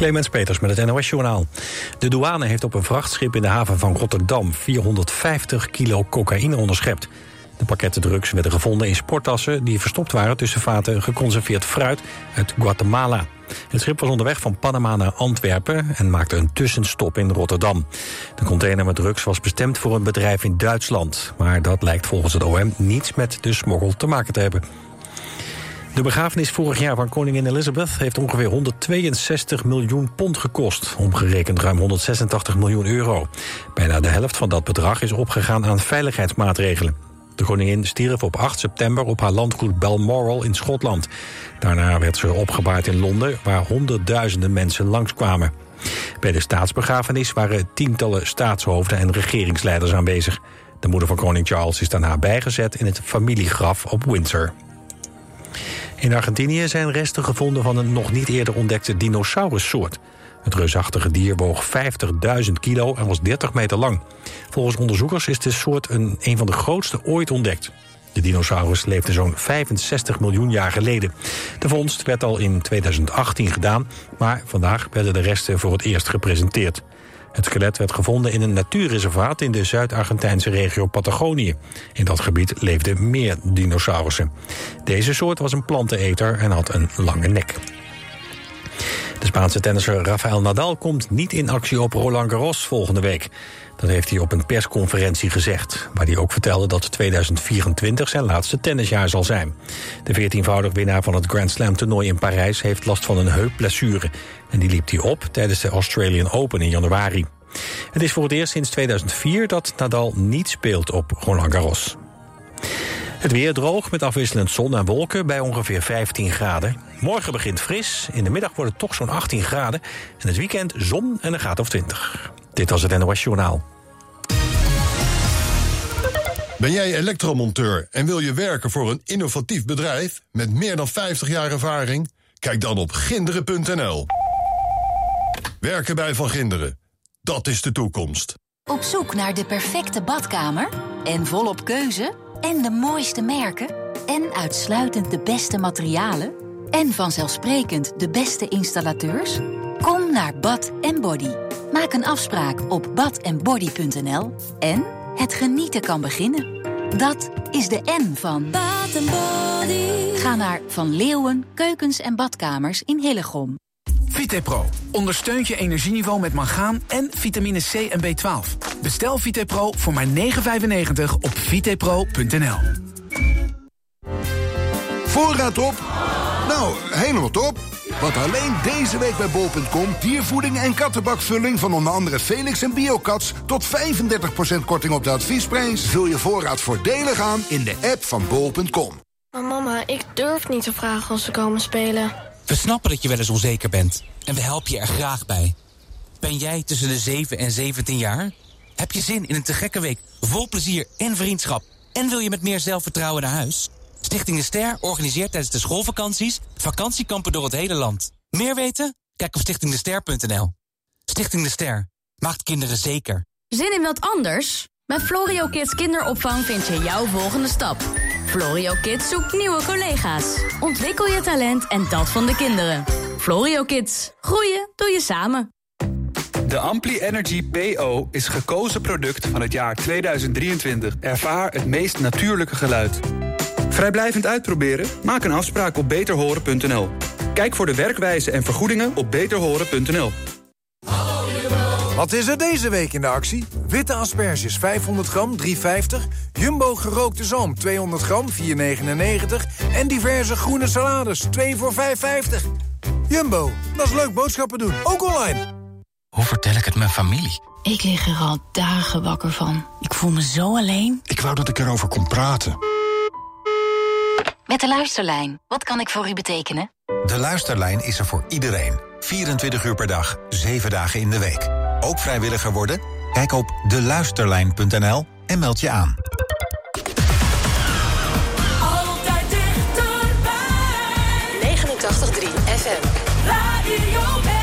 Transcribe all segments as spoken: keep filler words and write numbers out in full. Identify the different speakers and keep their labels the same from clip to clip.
Speaker 1: Clemens Peters met het N O S-journaal. De douane heeft op een vrachtschip in de haven van Rotterdam vierhonderdvijftig kilo cocaïne onderschept. De pakketten drugs werden gevonden in sporttassen die verstopt waren tussen vaten geconserveerd fruit uit Guatemala. Het schip was onderweg van Panama naar Antwerpen en maakte een tussenstop in Rotterdam. De container met drugs was bestemd voor een bedrijf in Duitsland, maar dat lijkt volgens het O M niets met de smokkel te maken te hebben. De begrafenis vorig jaar van koningin Elizabeth heeft ongeveer honderdtweeënzestig miljoen pond gekost, omgerekend ruim honderdzesentachtig miljoen euro. Bijna de helft van dat bedrag is opgegaan aan veiligheidsmaatregelen. De koningin stierf op acht september op haar landgoed Balmoral in Schotland. Daarna werd ze opgebaard in Londen, waar honderdduizenden mensen langskwamen. Bij de staatsbegrafenis waren tientallen staatshoofden en regeringsleiders aanwezig. De moeder van koning Charles is daarna bijgezet in het familiegraf op Windsor. In Argentinië zijn resten gevonden van een nog niet eerder ontdekte dinosaurussoort. Het reusachtige dier woog vijftigduizend kilo en was dertig meter lang. Volgens onderzoekers is de soort een, een van de grootste ooit ontdekt. De dinosaurus leefde zo'n vijfenzestig miljoen jaar geleden. De vondst werd al in tweeduizend achttien gedaan, maar vandaag werden de resten voor het eerst gepresenteerd. Het skelet werd gevonden in een natuurreservaat in de Zuid-Argentijnse regio Patagonië. In dat gebied leefden meer dinosaurussen. Deze soort was een planteneter en had een lange nek. De Spaanse tennisser Rafael Nadal komt niet in actie op Roland Garros volgende week. Dat heeft hij op een persconferentie gezegd, waar hij ook vertelde dat tweeduizend vierentwintig zijn laatste tennisjaar zal zijn. De veertienvoudig winnaar van het Grand Slam toernooi in Parijs heeft last van een heupblessure. En die liep hij op tijdens de Australian Open in januari. Het is voor het eerst sinds tweeduizend vier dat Nadal niet speelt op Roland Garros. Het weer droog met afwisselend zon en wolken bij ongeveer vijftien graden. Morgen begint fris, in de middag wordt het toch zo'n achttien graden. En het weekend zon en een graad of twintig. Dit was het N O S-journaal.
Speaker 2: Ben jij elektromonteur en wil je werken voor een innovatief bedrijf met meer dan vijftig jaar ervaring? Kijk dan op ginderen punt n l. Werken bij Van Ginderen, dat is de toekomst.
Speaker 3: Op zoek naar de perfecte badkamer? En volop keuze? En de mooiste merken? En uitsluitend de beste materialen? En vanzelfsprekend de beste installateurs? Kom naar Bath en Body. Maak een afspraak op bath en body punt n l en het genieten kan beginnen. Dat is de N van Bath and Body. Ga naar Van Leeuwen Keukens en Badkamers in Hillegom.
Speaker 4: Vitepro ondersteunt je energieniveau met mangaan en vitamine C en B twaalf. Bestel Vitepro voor maar negen vijfennegentig op vitepro punt n l.
Speaker 5: Voorraad op? Nou, helemaal top. Want alleen deze week bij bol punt com diervoeding en kattenbakvulling van onder andere Felix en Biocats tot vijfendertig procent korting op de adviesprijs. Vul je voorraad voordelig aan in de app van bol punt com.
Speaker 6: Maar mama, ik durf niet te vragen als ze komen spelen.
Speaker 7: We snappen dat je wel eens onzeker bent en we helpen je er graag bij. Ben jij tussen de zeven en zeventien jaar? Heb je zin in een te gekke week vol plezier en vriendschap? En wil je met meer zelfvertrouwen naar huis? Stichting De Ster organiseert tijdens de schoolvakanties vakantiekampen door het hele land. Meer weten? Kijk op stichting de ster punt n l. Stichting De Ster maakt kinderen zeker.
Speaker 8: Zin in wat anders? Met Florio Kids kinderopvang vind je jouw volgende stap. Florio Kids zoekt nieuwe collega's. Ontwikkel je talent en dat van de kinderen. Florio Kids. Groeien doe je samen.
Speaker 9: De Ampli Energy P O is gekozen product van het jaar tweeduizend drieëntwintig. Ervaar het meest natuurlijke geluid. Vrijblijvend uitproberen? Maak een afspraak op beter horen punt n l. Kijk voor de werkwijze en vergoedingen op beter horen punt n l.
Speaker 10: Wat is er deze week in de actie? Witte asperges vijfhonderd gram, drie vijftig. Jumbo gerookte zalm tweehonderd gram, vier negenennegentig. En diverse groene salades, twee voor vijf vijftig. Jumbo, dat is leuk boodschappen doen, ook online.
Speaker 7: Hoe vertel ik het mijn familie?
Speaker 11: Ik lig er al dagen wakker van. Ik voel me zo alleen.
Speaker 12: Ik wou dat ik erover kon praten.
Speaker 3: Met de Luisterlijn, wat kan ik voor u betekenen?
Speaker 13: De Luisterlijn is er voor iedereen. vierentwintig uur per dag, zeven dagen in de week. Ook vrijwilliger worden? Kijk op de luisterlijn punt n l en meld je aan.
Speaker 14: Altijd dichterbij.
Speaker 15: negenentachtig komma drie F M.
Speaker 14: Radio West.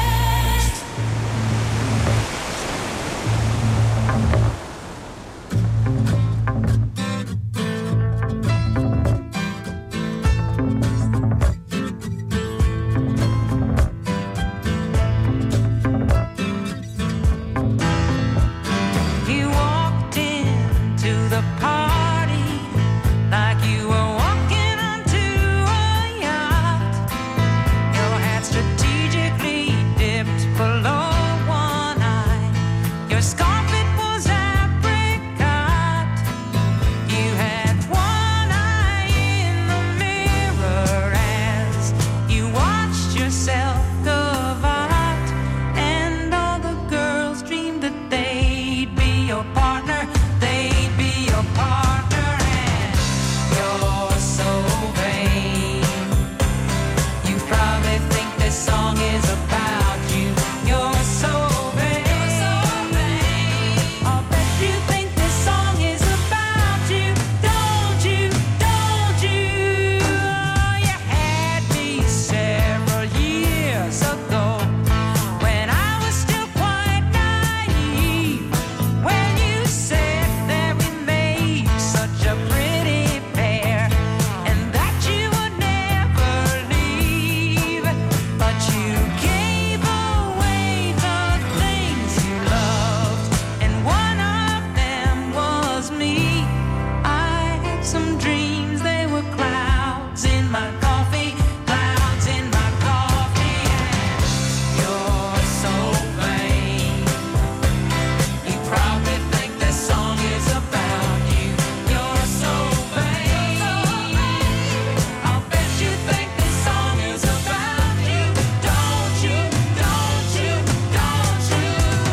Speaker 15: work of art, and all the girls dreamed that they'd be your partner, they'd be your partner, and you're so vain. You probably think this song is about you. You're so vain. You're so vain. I'll bet you think this song is about you. Don't you? Don't you? Oh, you had me several years ago when I was still quite naive. When you said that we made such a pretty pair and that you would never leave, but you gave away the things you loved, and one of them was me. I had some dreams, they were clouds in my coffee, clouds in my coffee, and you're so vain. You probably think this song is about you. You're so vain. I'll bet you think this song is about you. Don't you? Don't you? Don't you?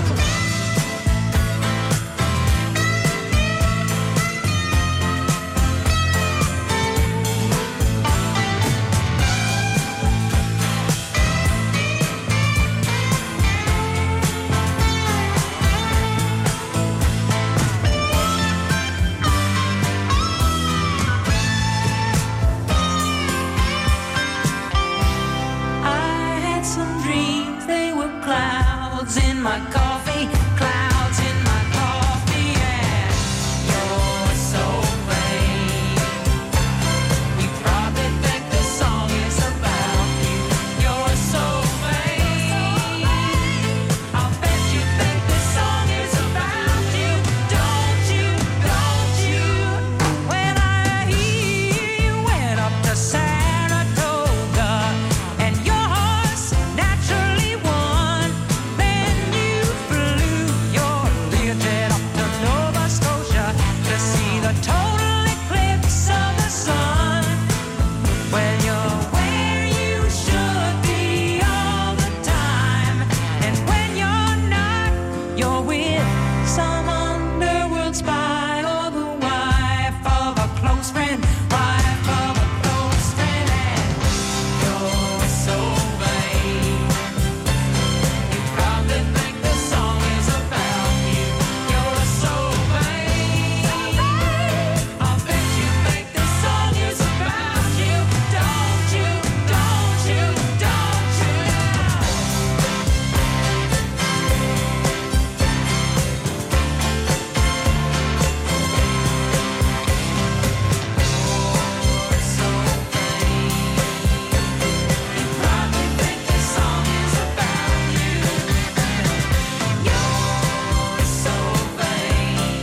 Speaker 15: I had some dreams, they were clouds in my coffee, clouds in my coffee, and you're so vain. You probably think this song is about you. You're so vain. I'll bet you think this song is about you. Don't you? Don't you? When I hear you went up to Saratoga and your horse naturally won, then you flew your Learjet up to Nova Scotia to see the total eclipse of the sun. When you're where you should be all the time, and when you're not, you're with some underworld spy or the wife of a close friend, wife of a close friend, and you're so vain. You probably think this song is about you. You're so vain. I'll bet you think this song is about you. Don't you? Don't you? Don't you? You're so vain. You probably think this song is about you. You're so vain.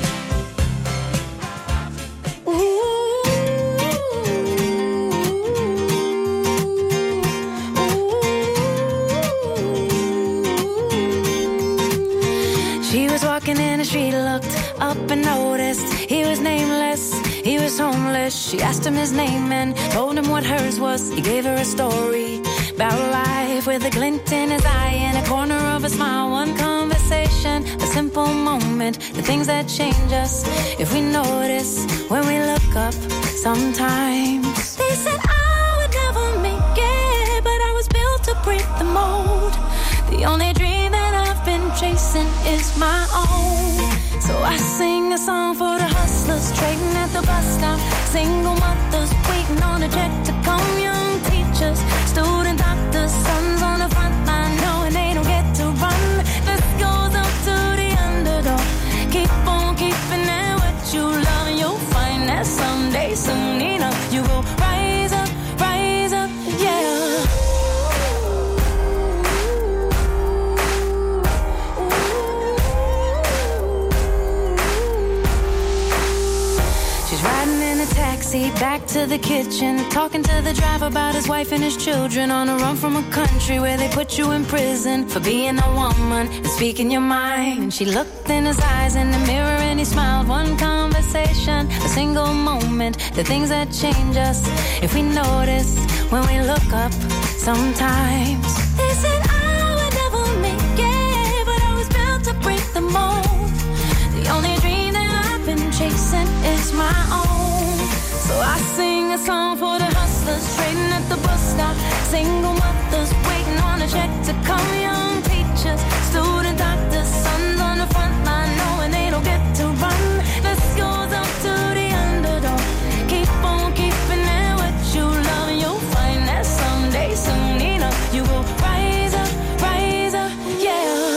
Speaker 16: She was walking in the street, looked up and noticed he was nameless, he was homeless. She asked him his name and told him what hers was. He gave her a story about life with a glint in his eye and a corner of a smile. One conversation, a simple moment, the things that change us if we notice when we look up sometimes. They said I would never make it, but I was built to break the mold. The only dream that I've been chasing is my own. So I sing a song for the hustlers trading at the bus stop, single mothers waiting on a check to come, young teachers, student doctors, sons on the front line knowing they don't get to run. This goes up to the underdog. Keep on keeping at what you love, and you'll find that someday, soon enough, you will rise up, rise up, yeah. Taxi back to the kitchen, talking to the driver about his wife and his children, on a run from a country where they put you in prison for being a woman and speaking your mind. And she looked in his eyes in the mirror and he smiled. One conversation, a single moment, the things that change us if we notice when we look up sometimes. They said I would never make it, but I was built to break the mold. The only dream that I've been chasing is my own. So I sing a song for the hustlers trading at the bus stop, single mothers waiting on a check to come, young teachers, student doctors, sons on the front line knowing they don't get to run. This goes up to the underdog. Keep on keeping it what you love, and you'll find that someday, soon enough, you will rise up, rise up, yeah.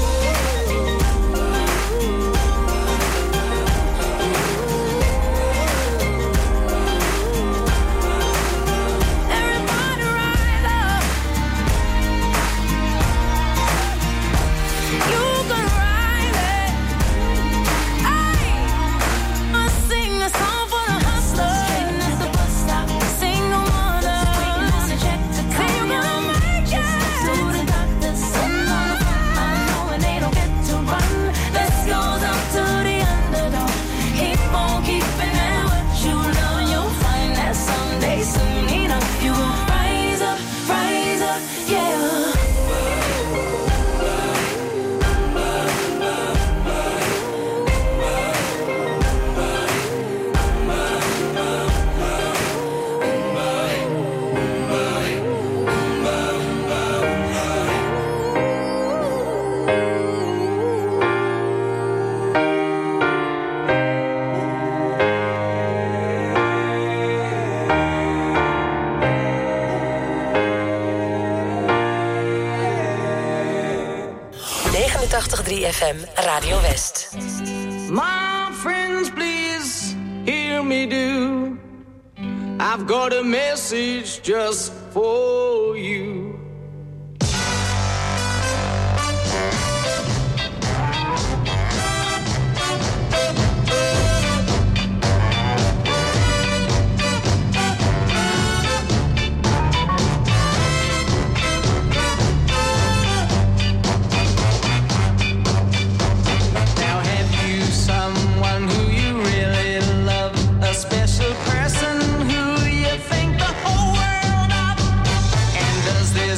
Speaker 17: negenentachtig komma drie F M, Radio West.
Speaker 18: My friends, please hear me do. I've got a message just for you. Special person who you think the whole world of, and does this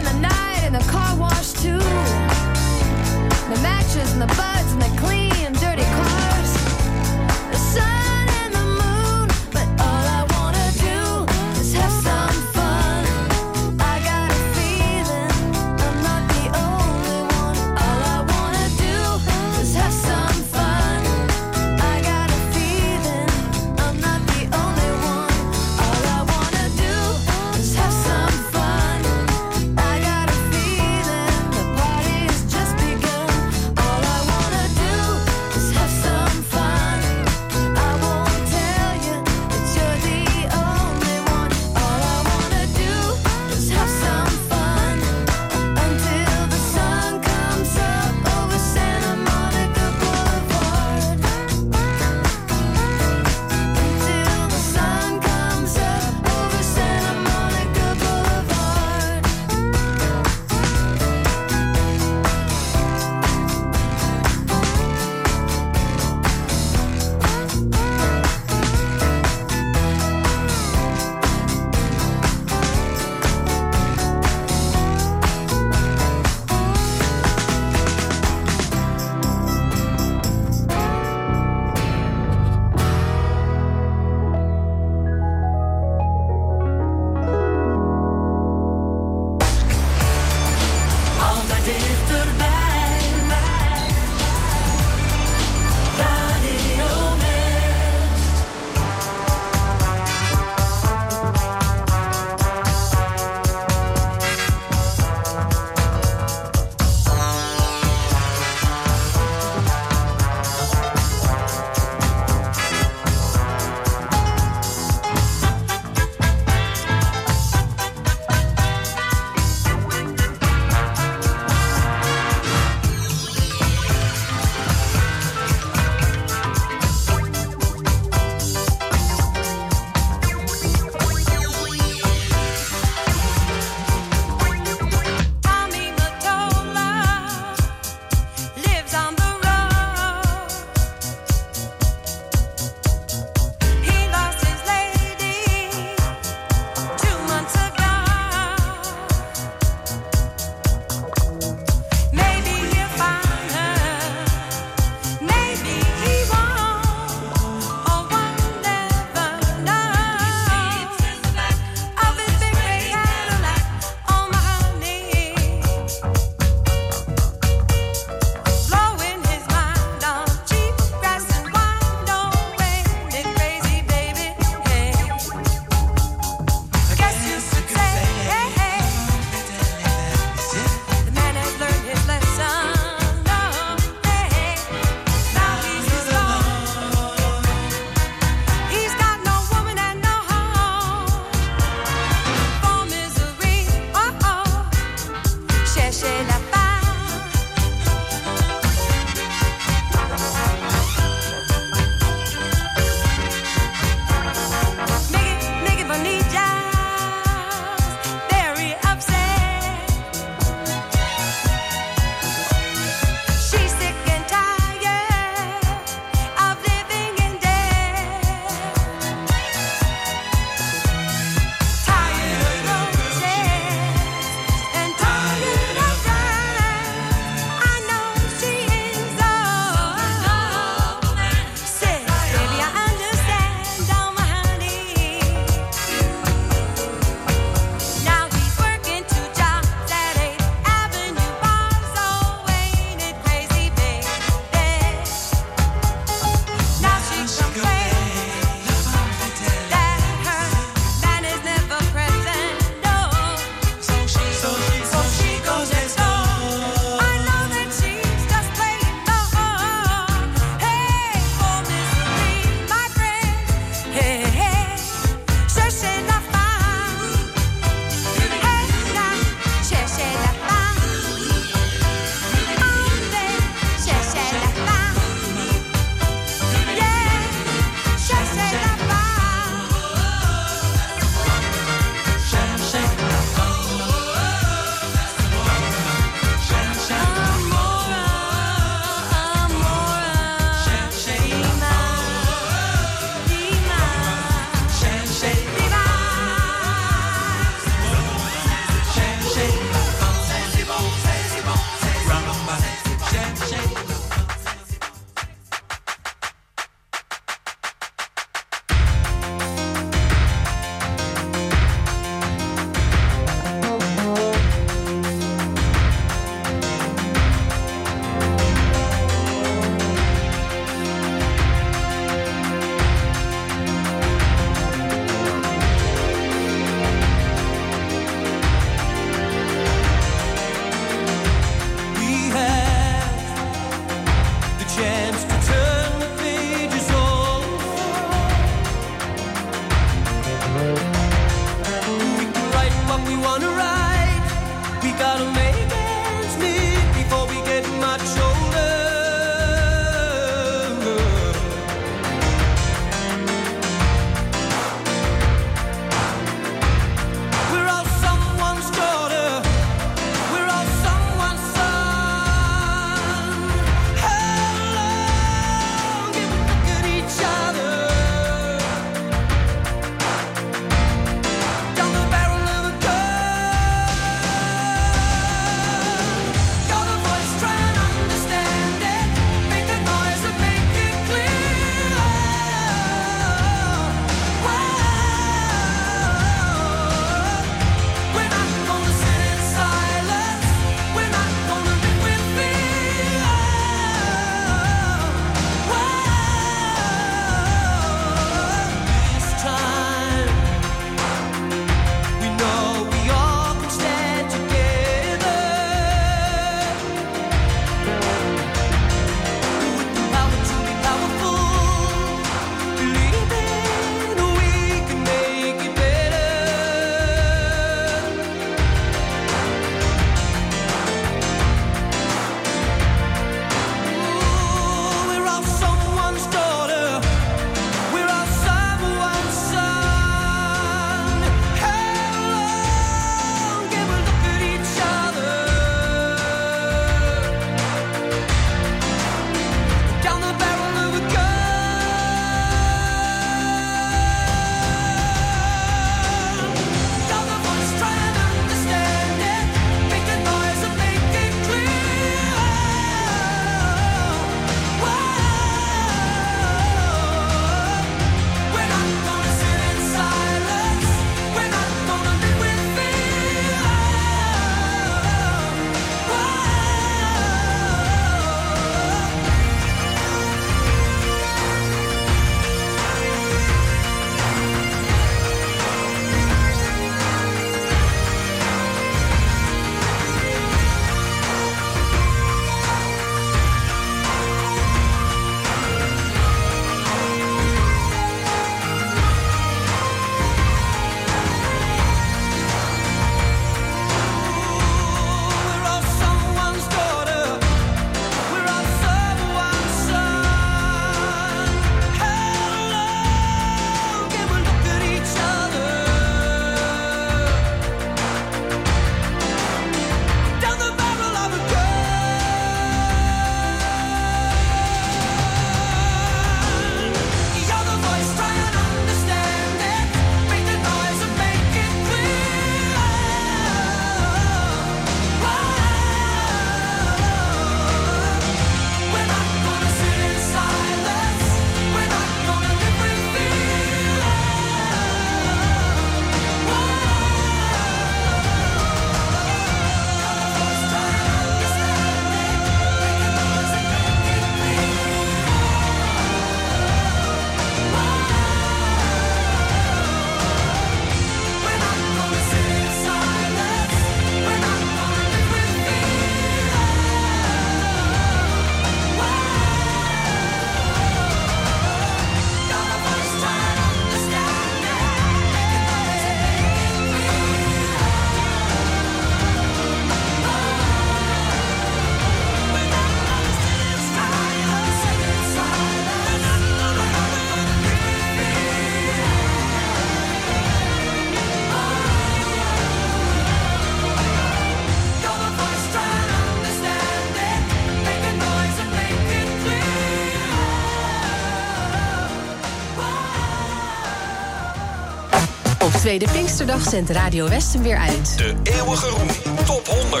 Speaker 19: Tweede Pinksterdag zendt Radio West hem weer uit.
Speaker 20: De eeuwige roem top honderd.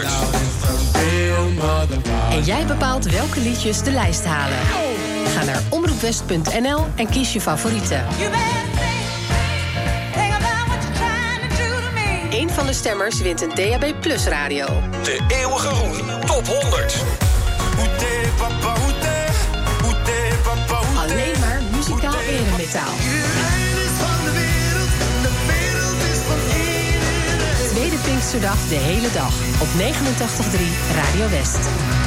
Speaker 19: En jij bepaalt welke liedjes de lijst halen. Ga naar omroepwest punt n l en kies je favorieten. Eén van de stemmers wint een D A B Plus radio.
Speaker 20: De eeuwige roem top honderd.
Speaker 19: Alleen maar muzikaal eremetaal. Tweede Pinksterdag de hele dag op negenentachtig komma drie Radio West.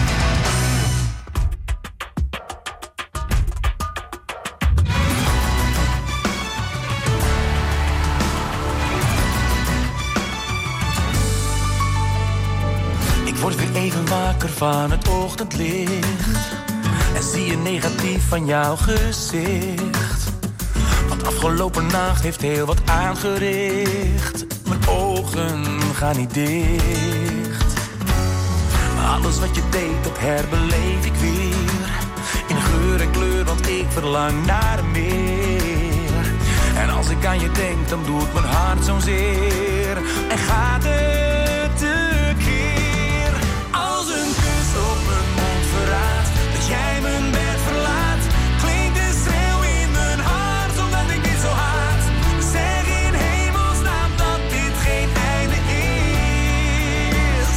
Speaker 21: Ik word weer even wakker van het ochtendlicht en zie je negatief van jouw gezicht. Want afgelopen nacht heeft heel wat aangericht. Mijn ogen gaan niet dicht. Maar alles wat je deed, dat herbeleef ik weer. In geur en kleur, want ik verlang naar meer. En als ik aan je denk, dan doet mijn hart zo'n zeer. En gaat het te keer. Als een kus op mijn mond verraadt dat jij mijn bed verlaat, klinkt de schreeuw in mijn hart omdat ik dit zo haat. Zeg in hemelsnaam dat dit geen einde is.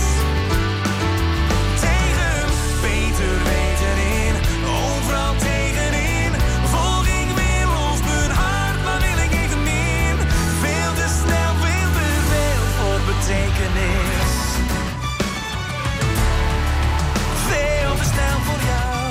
Speaker 21: Tegen beter weten in, overal tegenin. Volg ik weer los mijn hart, maar wil ik even min. Veel te snel, veel te veel voor betekenis. Veel te snel voor jou.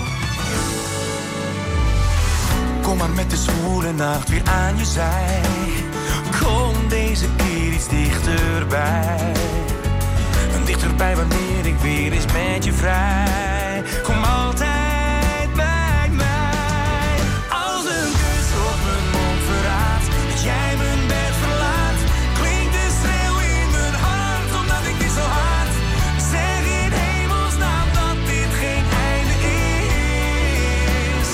Speaker 21: Kom maar met de zwoele nacht weer aan je zij. Kom deze keer iets dichterbij. En dichterbij wanneer ik weer eens met je vrij. Kom altijd bij mij. Als een kus op mijn mond verraadt dat jij mijn bed verlaat, klinkt de schreeuw in mijn hart omdat ik dit zo haat. Zeg in hemelsnaam dat dit geen einde is.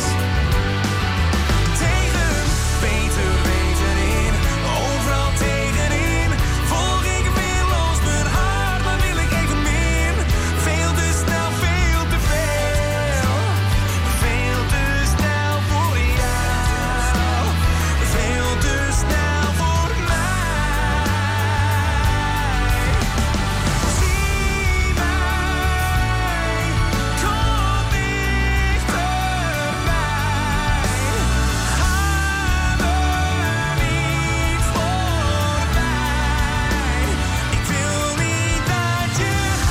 Speaker 21: Tegen beter weten in, overal tegenin. Volg ik weer los mijn hart, maar wil ik even min. Veel te snel, veel te veel. Veel te snel voor jou. Veel te snel voor mij. Zie mij, kom dichterbij. Ga me niet voorbij. Ik wil niet dat je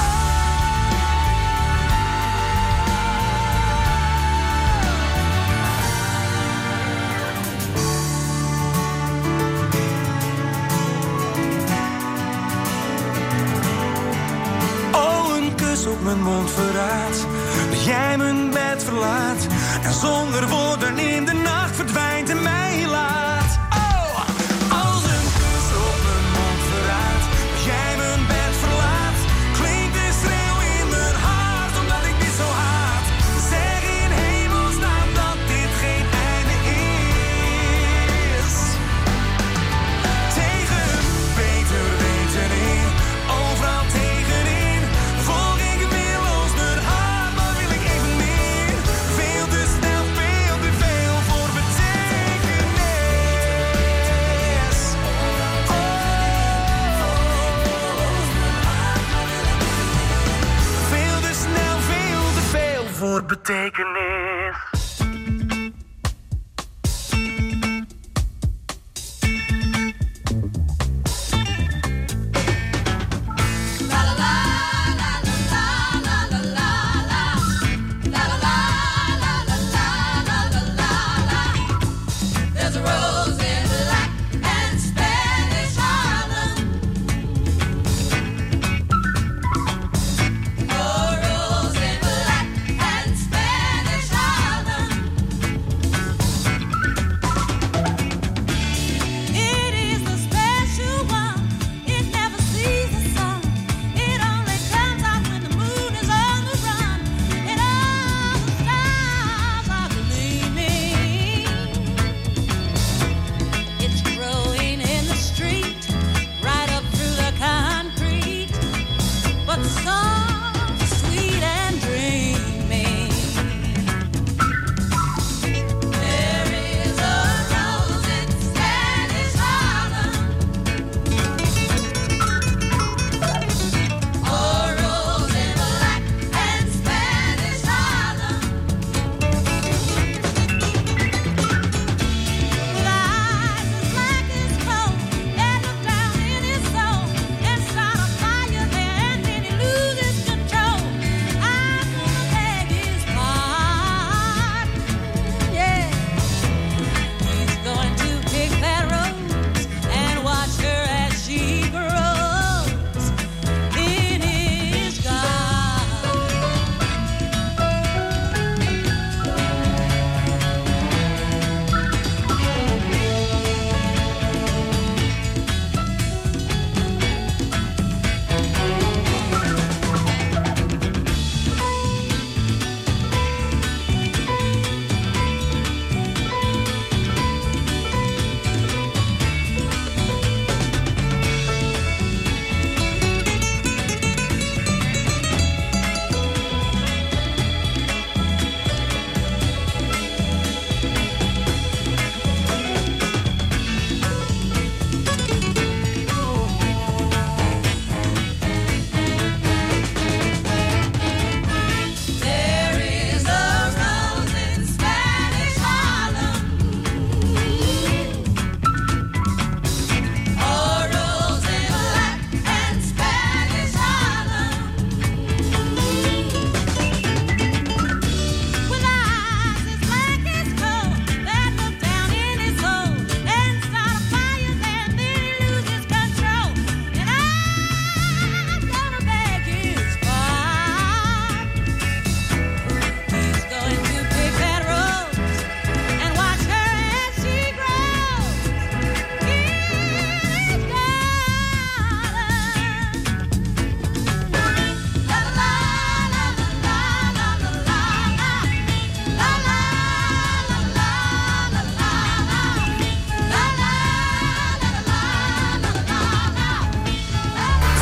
Speaker 21: Oh, een kus op mijn mond verraadt dat jij mijn bed verlaat. En zonder woorden in de nacht verdwijnt en mij laat. Oh, als een kus op mijn mond verraadt dat jij mijn bed verlaat, klinkt de schreeuw in mijn hart omdat ik dit zo haat. Zeg in hemelsnaam dat dit geen einde is. Tegen beter weten in, overal tegenin. Volg ik weer los mijn hart, maar wil ik even meer. Veel te snel, veel te veel voor betekenis. Veel te snel, veel te veel voor betekenis.
Speaker 14: There's a rose in black and Spanish Harlem. A rose in black and Spanish Harlem.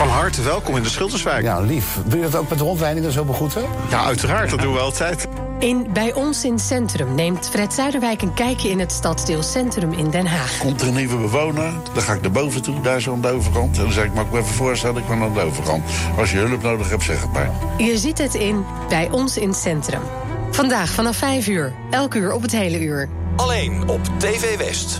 Speaker 1: Van harte welkom in de Schilderswijk.
Speaker 22: Ja, lief. Doe je dat ook met rondleidingen zo begroeten?
Speaker 1: Ja, uiteraard. Dat doen we altijd.
Speaker 19: In Bij ons in Centrum neemt Fred Zuiderwijk een kijkje in het stadsdeel Centrum in Den Haag.
Speaker 23: Komt er een nieuwe bewoner, dan ga ik naar boven toe, daar zo aan de overkant. En dan zeg ik, mag ik me even voorstellen, ik ben aan de overkant. Als je hulp nodig hebt, zeg het maar.
Speaker 19: Je ziet het in Bij ons in Centrum. Vandaag vanaf vijf uur, elk uur op het hele uur.
Speaker 20: Alleen op T V West.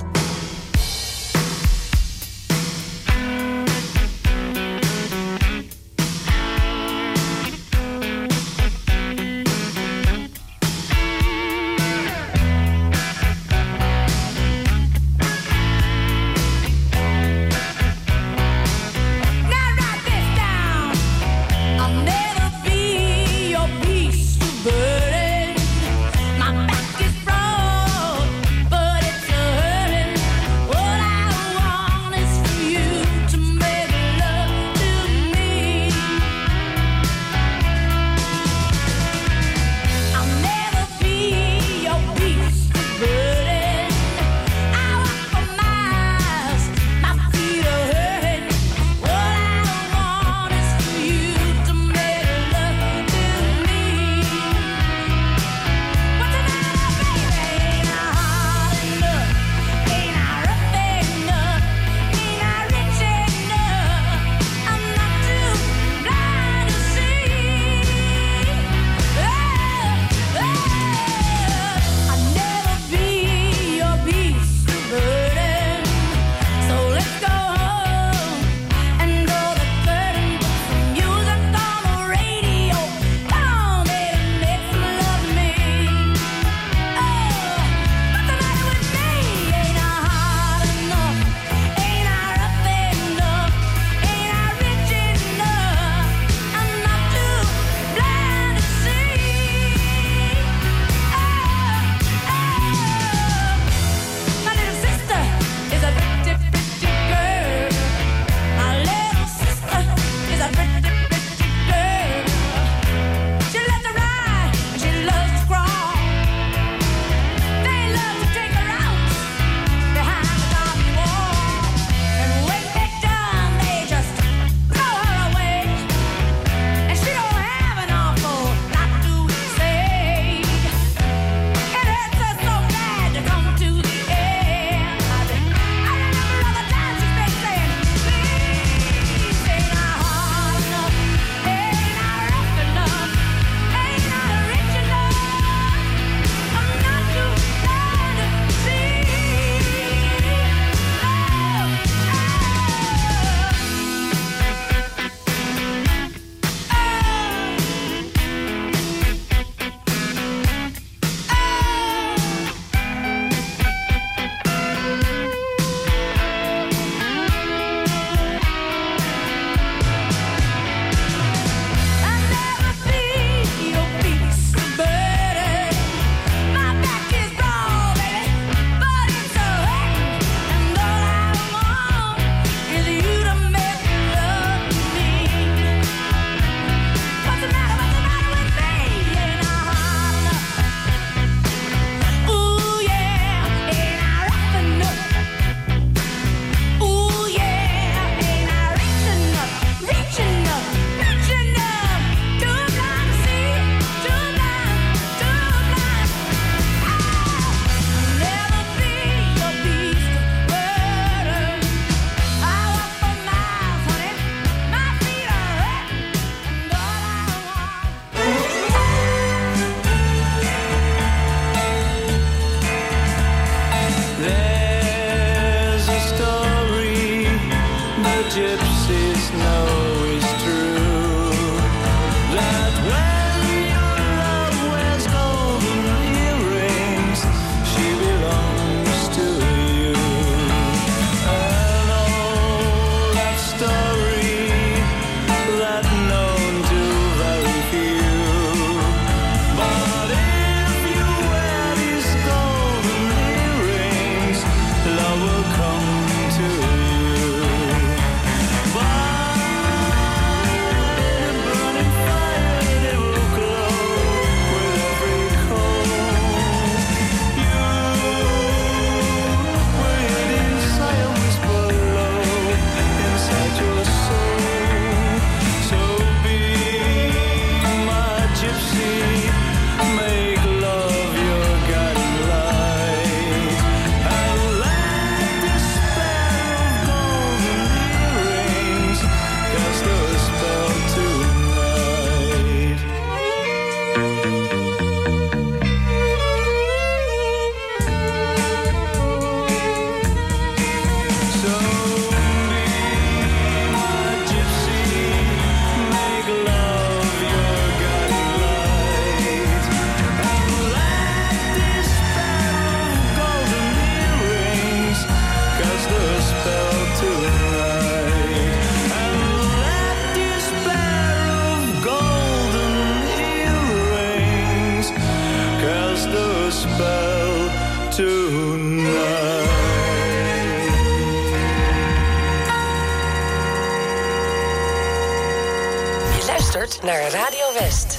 Speaker 17: luistert naar Radio West.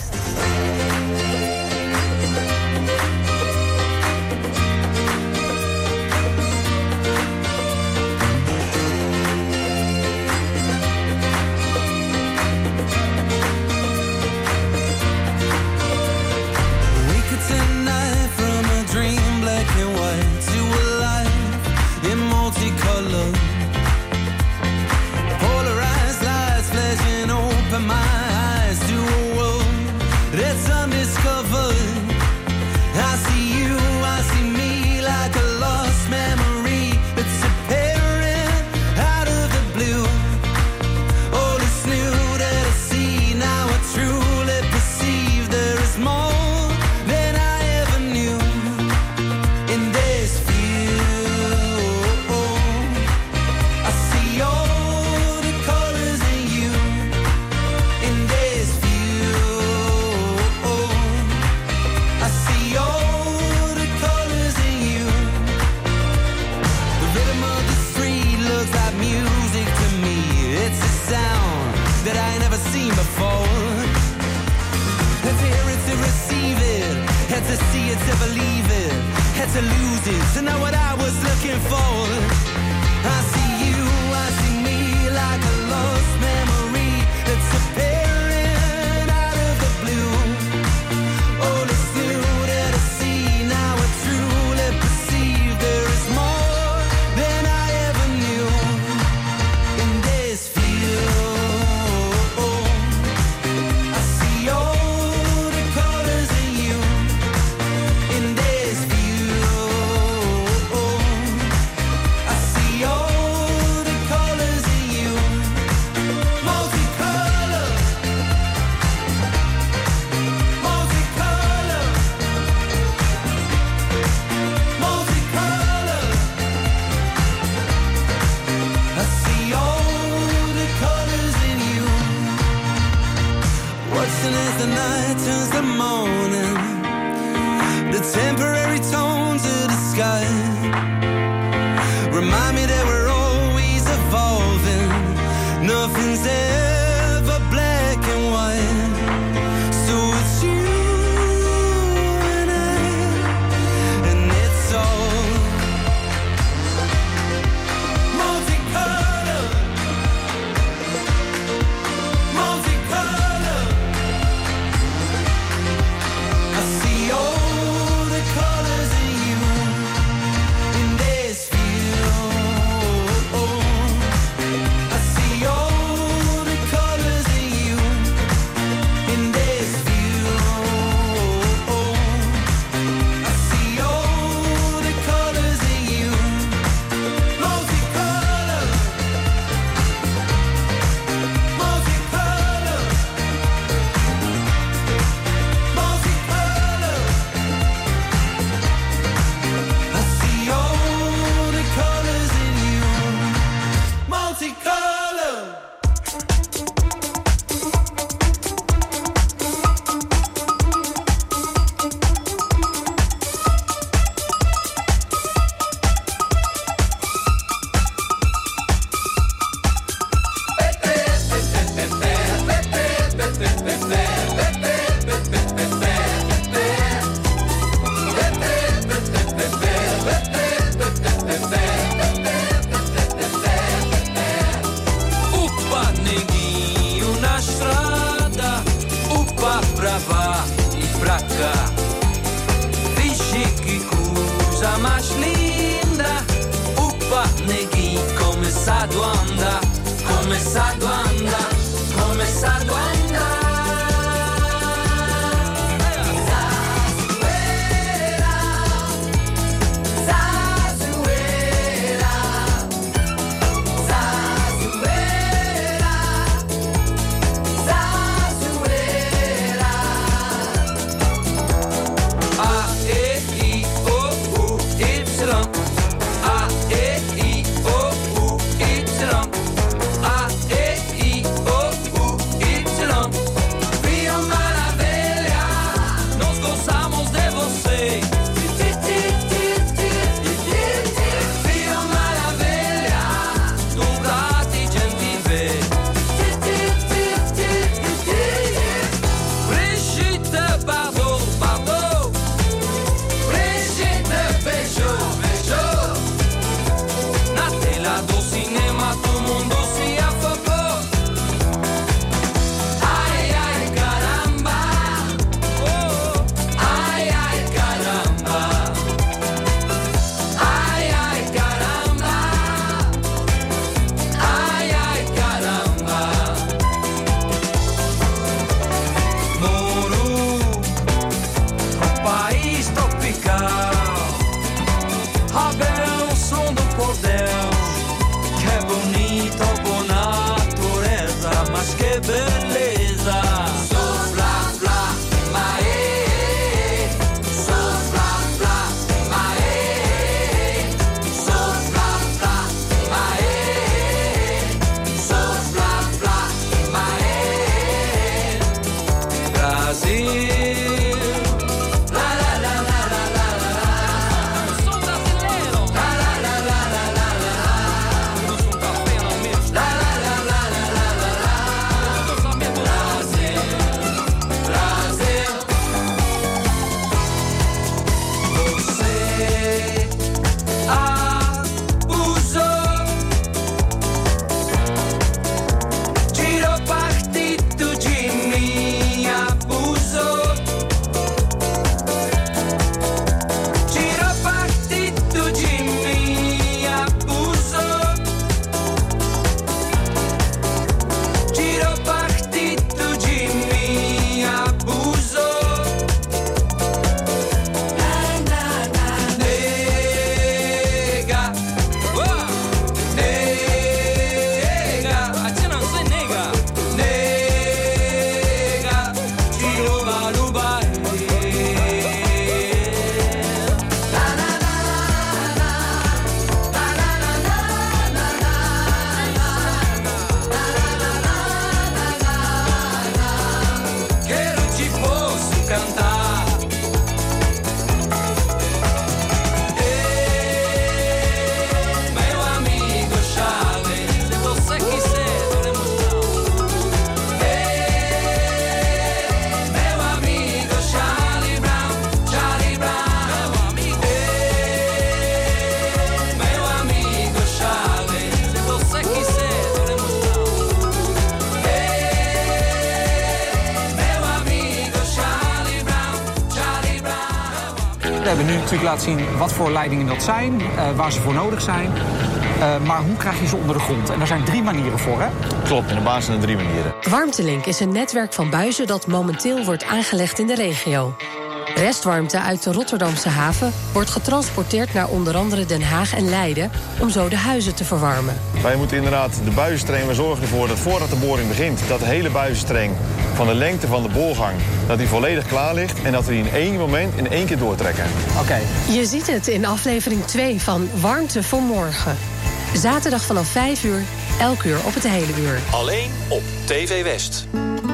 Speaker 2: hebben nu natuurlijk laten zien wat voor leidingen dat zijn, uh, waar ze voor nodig zijn. Uh, maar hoe krijg je ze onder de grond? En daar zijn drie manieren voor, hè?
Speaker 4: Klopt, in de basis zijn er drie manieren.
Speaker 19: Warmtelink is een netwerk van buizen dat momenteel wordt aangelegd in de regio. Restwarmte uit de Rotterdamse haven wordt getransporteerd naar onder andere Den Haag en Leiden om zo de huizen te verwarmen.
Speaker 4: Wij moeten inderdaad de buizenstreng, we zorgen ervoor dat voordat de boring begint, dat de hele buizenstreng van de lengte van de boorgang, dat die volledig klaar ligt en dat we die in één moment in één keer doortrekken.
Speaker 2: Oké. Okay.
Speaker 19: Je ziet het in aflevering twee van Warmte voor Morgen. Zaterdag vanaf vijf uur, elk uur op het hele uur.
Speaker 20: Alleen op T V West.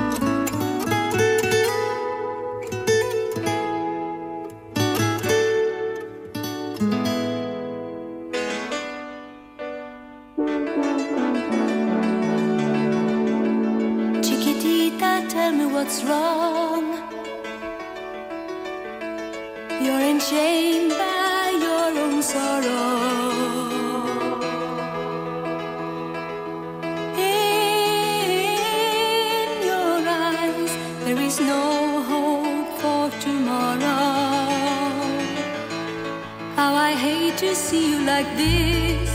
Speaker 5: What's wrong? You're enchained by your own sorrow. In your eyes, there is no hope for tomorrow. How I hate to see you like this.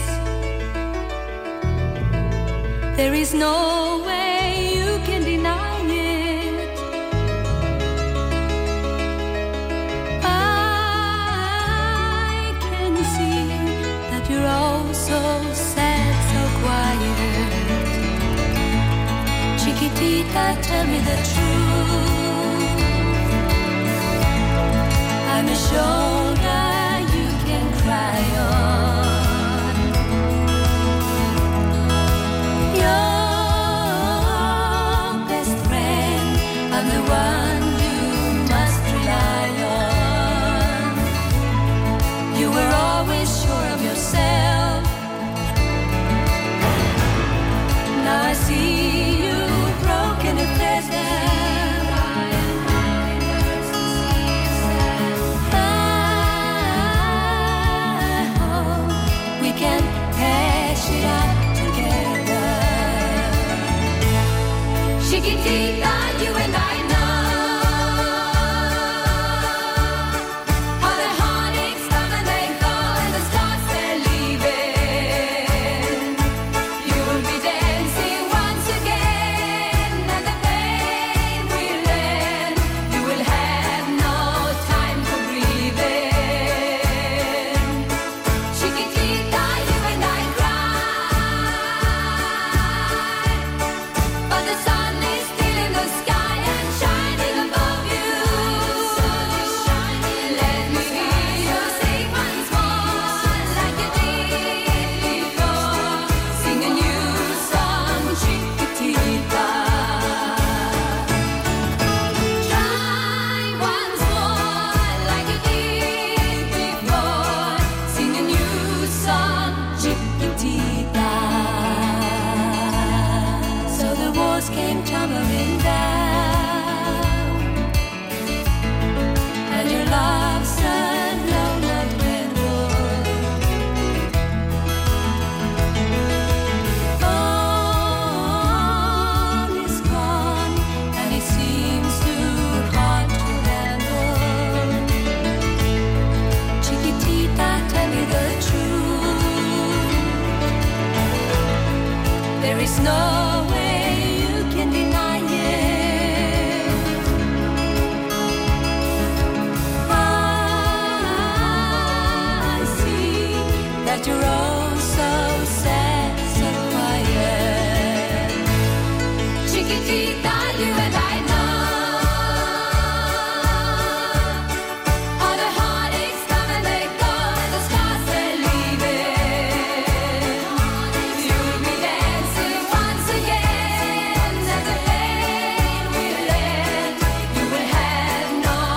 Speaker 5: There is no way you can deny. You're all so sad, so quiet. Chiquitita, tell me the truth. I'm a shoulder you can cry on. Your best friend, I'm the one you must rely on. You were always sure of yourself. Now I see you broken and pleasant. I hope we can hash it out together. Chiquitita, you and I know.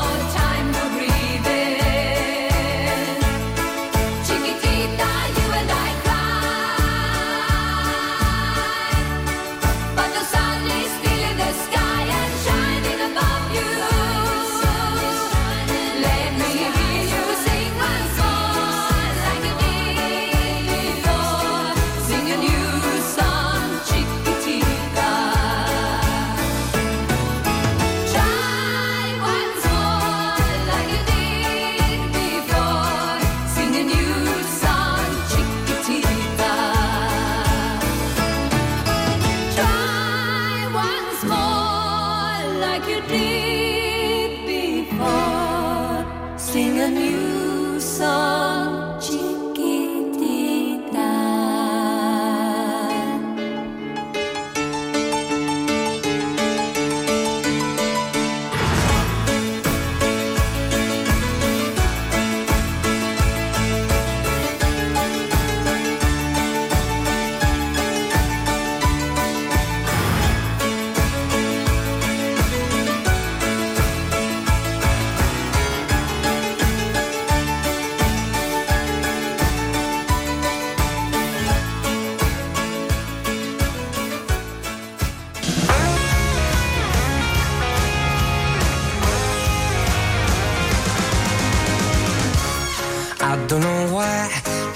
Speaker 5: Chiquitita, you and I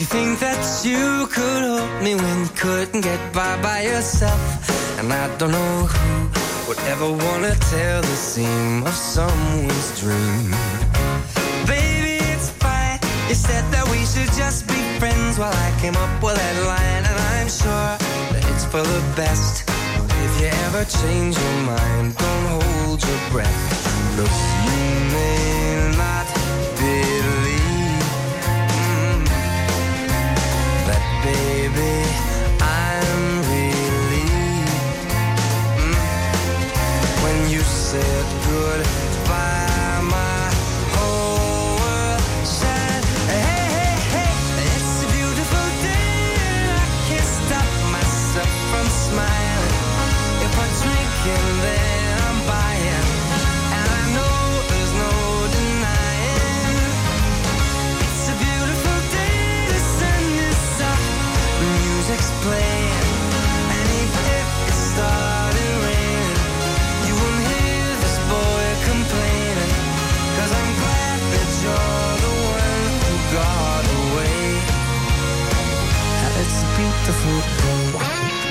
Speaker 6: You think that you could hold me when you couldn't get by by yourself. And I don't know who would ever wanna tell the seam of someone's dream. Baby, it's fine. You said that we should just be friends while I came up with that line. And I'm sure that it's for the best. If you ever change your mind, don't hold your breath. Look, you may not believe mm, that, baby, I'm relieved mm, when you said goodbye. My whole world shined. Hey, hey, hey, it's a beautiful day and I can't stop myself from smiling. If I drink and then I'm buying, and I know there's no denying. It's a beautiful day, the sun is up, the music's playing, and even if it started raining, you won't hear this boy complaining. Cause I'm glad that you're the one who got away. It's a beautiful day.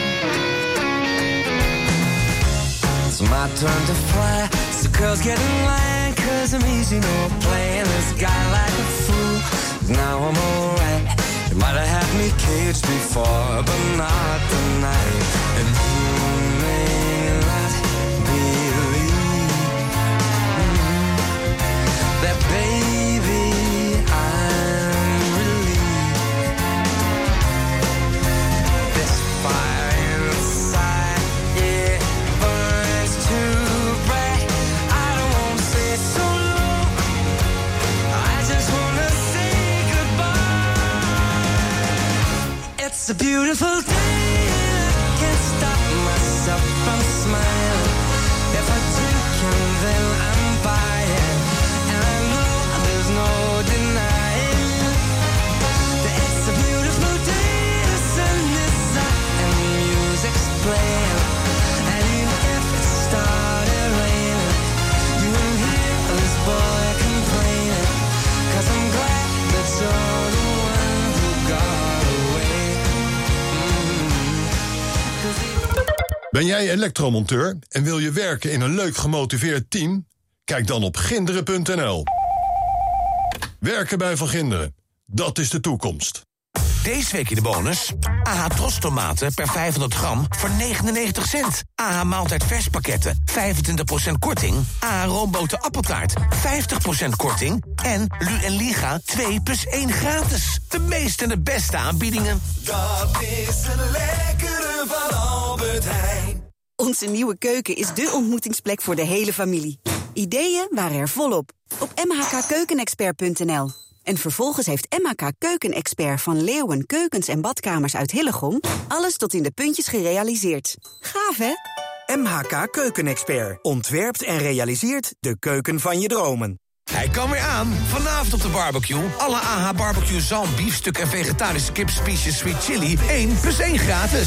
Speaker 6: It's my turn to fly, so girls get in line, cause I'm easy, no playing this guy like a fool. Now I'm alright, you might have had me caged before, but not tonight. And you may not believe mm, that, baby, I'm relieved. This fire inside, yeah, burns too bright. I don't wanna say it so low, I just wanna say goodbye. It's a beautiful day and I can't stop myself from smiling. If I drink and then I'm buying, and I know there's no denying that it's a beautiful day. The sun is up and the music's playing, and even if it started raining, you won't hear this boy complaining. Cause I'm glad that you're the one who got away.
Speaker 12: Ben jij elektromonteur en wil je werken in een leuk gemotiveerd team? Kijk dan op ginderen punt n l. Werken bij Van Ginderen, dat is de toekomst.
Speaker 21: Deze week in de bonus. A H Trostomaten per vijfhonderd gram voor negenennegentig cent. A H Maaltijd Verspakketten, vijfentwintig procent korting. A H Roomboten Appeltaart, vijftig procent korting. En Lu en Liga twee plus één gratis. De meeste en de beste aanbiedingen.
Speaker 8: Dat is een lekkere van Albert Heijn.
Speaker 9: Onze nieuwe keuken is dé ontmoetingsplek voor de hele familie. Ideeën waren er volop op m h k keukenexpert punt n l. En vervolgens heeft M H K Keukenexpert van Leeuwen Keukens en Badkamers uit Hillegom alles tot in de puntjes gerealiseerd. Gaaf, hè?
Speaker 24: M H K Keukenexpert ontwerpt en realiseert de keuken van je dromen.
Speaker 21: Hij kan weer aan. Vanavond op de barbecue. Alle A H Barbecue zalm, biefstuk en vegetarische kipspiesjes sweet chili. één plus één gratis.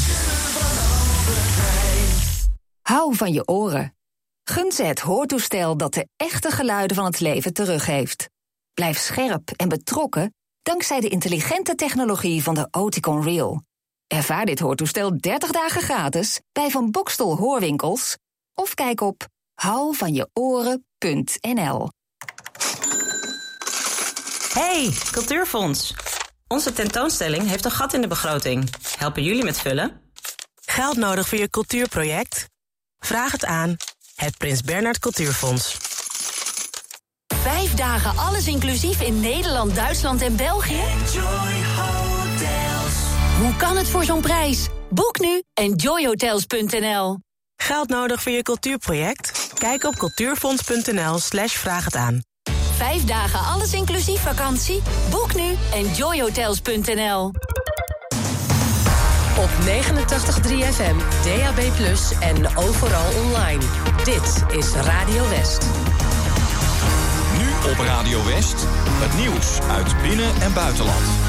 Speaker 25: Hou van je oren. Gun ze het hoortoestel dat de echte geluiden van het leven teruggeeft. Blijf scherp en betrokken dankzij de intelligente technologie van de Oticon Real. Ervaar dit hoortoestel dertig dagen gratis bij Van Bokstel Hoorwinkels of kijk op hou van je oren punt n l.
Speaker 26: Hey, Cultuurfonds. Onze tentoonstelling heeft een gat in de begroting. Helpen jullie met vullen?
Speaker 27: Geld nodig voor je cultuurproject? Vraag het aan. Het Prins Bernhard Cultuurfonds.
Speaker 3: Vijf dagen alles inclusief in Nederland, Duitsland en België?
Speaker 14: Enjoy Hotels.
Speaker 3: Hoe kan het voor zo'n prijs? Boek nu enjoy hotels punt n l.
Speaker 27: Geld nodig voor je cultuurproject? Kijk op cultuurfonds punt n l slash vraag het aan.
Speaker 3: Vijf dagen alles inclusief vakantie? Boek nu enjoy hotels punt n l.
Speaker 19: Op negenentachtig komma drie F M, D A B plus, en overal online. Dit is Radio West.
Speaker 20: Nu op Radio West, het nieuws uit binnen- en buitenland.